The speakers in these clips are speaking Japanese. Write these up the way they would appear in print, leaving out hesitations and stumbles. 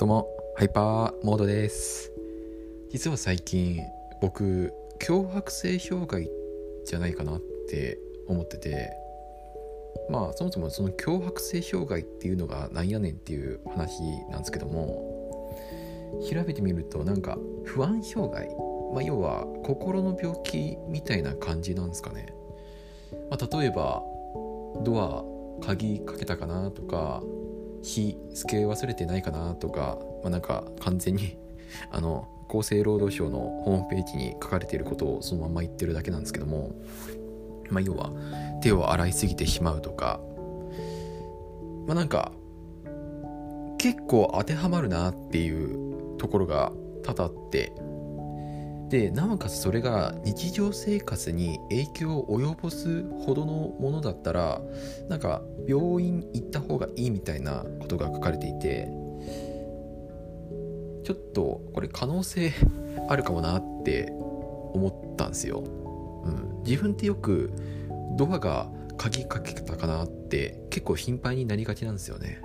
どうもハイパーモードです。実は最近僕強迫性障害じゃないかなって思ってて、そもそもその強迫性障害っていうのがなんやねんっていう話なんですけども、調べてみるとなんか不安障害、要は心の病気みたいな感じなんですかね。例えばドア鍵かけたかなとか、火つけ忘れてないかなとか、なんか完全に厚生労働省のホームページに書かれていることをそのまま言ってるだけなんですけども、要は手を洗いすぎてしまうとか、なんか結構当てはまるなっていうところが多々あって、でなおかつそれが日常生活に影響を及ぼすほどのものだったら、なんか病院行った方がいいみたいなことが書かれていて、ちょっとこれ可能性あるかもなって思ったんですよ。自分ってよくドアが鍵かけたかなって結構頻繁になりがちなんですよね。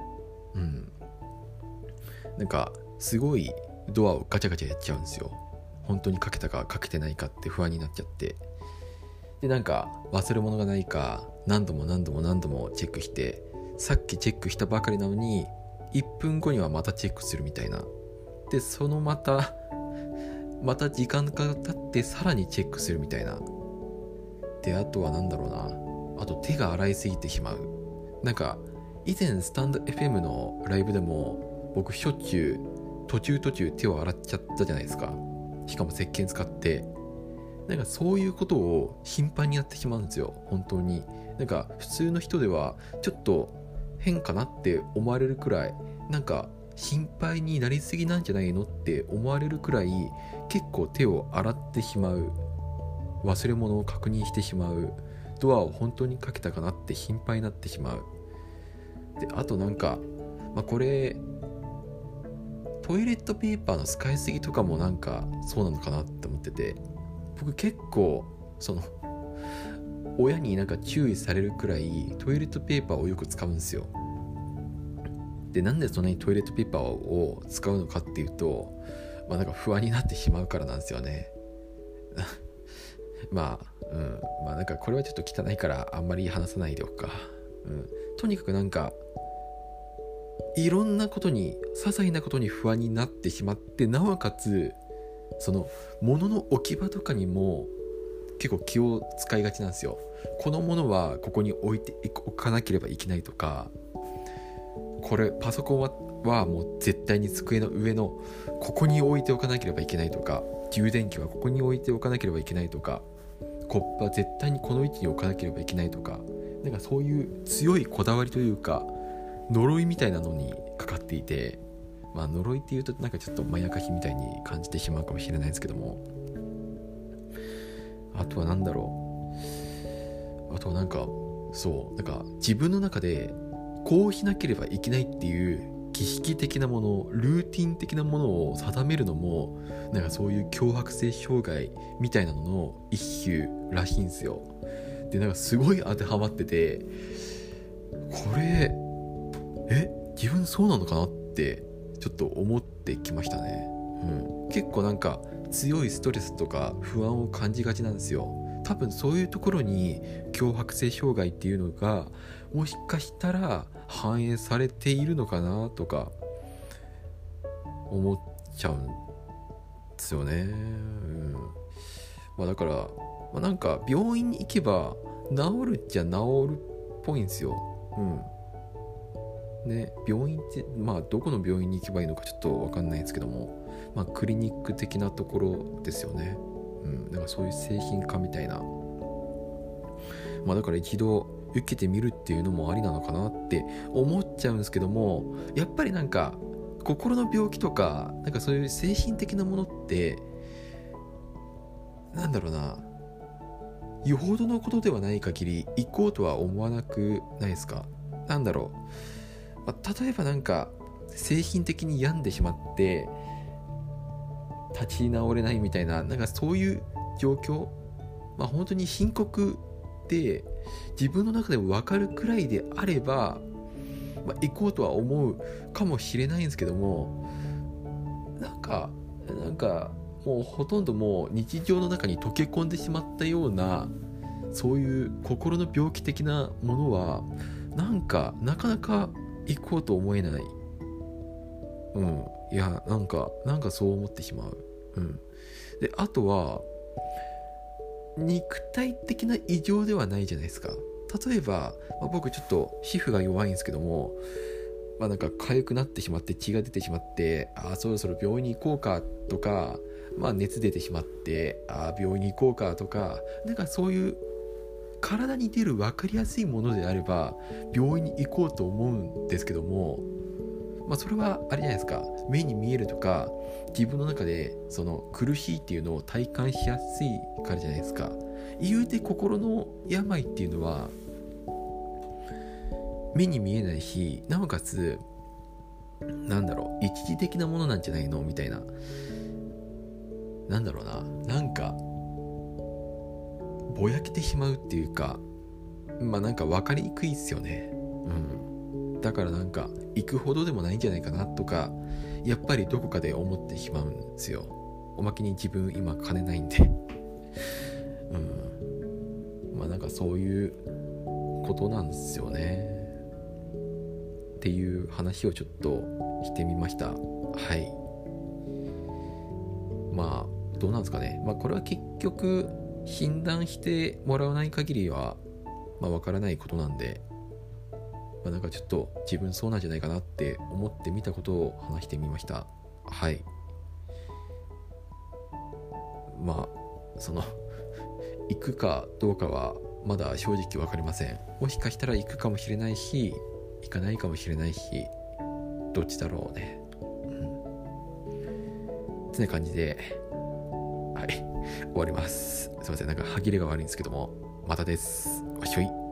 なんかすごいドアをガチャガチャやっちゃうんですよ。本当にかけたかかけてないかって不安になっちゃって、でなんか忘れ物がないか何度もチェックして、さっきチェックしたばかりなのに1分後にはまたチェックするみたいな。でそのまた時間が経ってさらにチェックするみたいな。であとはあと手が洗いすぎてしまう。なんか以前スタンド FM のライブでも僕しょっちゅう途中手を洗っちゃったじゃないですか。しかも石鹸使って、なんかそういうことを頻繁にやってしまうんですよ。本当になんか普通の人ではちょっと変かなって思われるくらい、なんか心配になりすぎなんじゃないのって思われるくらい結構手を洗ってしまう、忘れ物を確認してしまう、ドアを本当にかけたかなって心配になってしまう。であとこれトイレットペーパーの使いすぎとかもなんかそうなのかなって思ってて、僕結構親になんか注意されるくらいトイレットペーパーをよく使うんですよ。でなんでそんなにトイレットペーパーを使うのかっていうと、なんか不安になってしまうからなんですよね。なんかこれはちょっと汚いからあんまり話さないでおくか。とにかくなんかいろんなことに、些細なことに不安になってしまって、なおかつその物の置き場とかにも結構気を使いがちなんですよ。このものはここに置かなければいけないとか、これパソコンはもう絶対に机の上のここに置いておかなければいけないとか、充電器はここに置いておかなければいけないとか、コップは絶対にこの位置に置かなければいけないとか、なんかそういう強いこだわりというか呪いみたいなのにかかっていて、呪いっていうとなんかちょっとまやかしみたいに感じてしまうかもしれないですけども、あとはなんか自分の中でこうしなければいけないっていう儀式的なもの、ルーティン的なものを定めるのもなんかそういう強迫性障害みたいなのの一種らしいんですよ。でなんかすごい当てはまってて、これ自分そうなのかなってちょっと思ってきましたね。結構なんか強いストレスとか不安を感じがちなんですよ。多分そういうところに強迫性障害っていうのがもしかしたら反映されているのかなとか思っちゃうんですよね。だからなんか病院に行けば治るっちゃ治るっぽいんですよ。病院ってどこの病院に行けばいいのかちょっと分かんないですけども、クリニック的なところですよね。なんかそういう製品化みたいな、だから一度受けてみるっていうのもありなのかなって思っちゃうんですけども、やっぱりなんか心の病気とかなんかそういう精神的なものってよほどのことではない限り行こうとは思わなくないですか。例えばなんか精神的に病んでしまって立ち直れないみたいな、なんかそういう状況、本当に深刻で自分の中でも分かるくらいであれば、行こうとは思うかもしれないんですけども、 なんかもうほとんどもう日常の中に溶け込んでしまったような、そういう心の病気的なものはなかなか行こうと思えない。いやなんかそう思ってしまう。であとは肉体的な異常ではないじゃないですか。例えば、僕ちょっと皮膚が弱いんですけども、なんか痒くなってしまって血が出てしまって、そろそろ病院に行こうかとか、熱出てしまって病院に行こうかとか、なんかそういう体に出る分かりやすいものであれば病院に行こうと思うんですけども、それはあれじゃないですか、目に見えるとか自分の中でその苦しいっていうのを体感しやすいからじゃないですか。言うて心の病っていうのは目に見えないし、なおかつ一時的なものなんじゃないのみたいな、なんかぼやけてしまうっていうか、なんか分かりにくいっすよね。だから行くほどでもないんじゃないかなとか、やっぱりどこかで思ってしまうんですよ。おまけに自分今金ないんでなんかそういうことなんですよねっていう話をちょっとしてみました。どうなんですかね。これは結局診断してもらわない限りはわからないことなんで、なんかちょっと自分そうなんじゃないかなって思ってみたことを話してみました。その行くかどうかはまだ正直分かりません。もしかしたら行くかもしれないし行かないかもしれないし、どっちだろうね。そんな感じで終わります。すいません、歯切れが悪いんですけども、またです。わっしょい。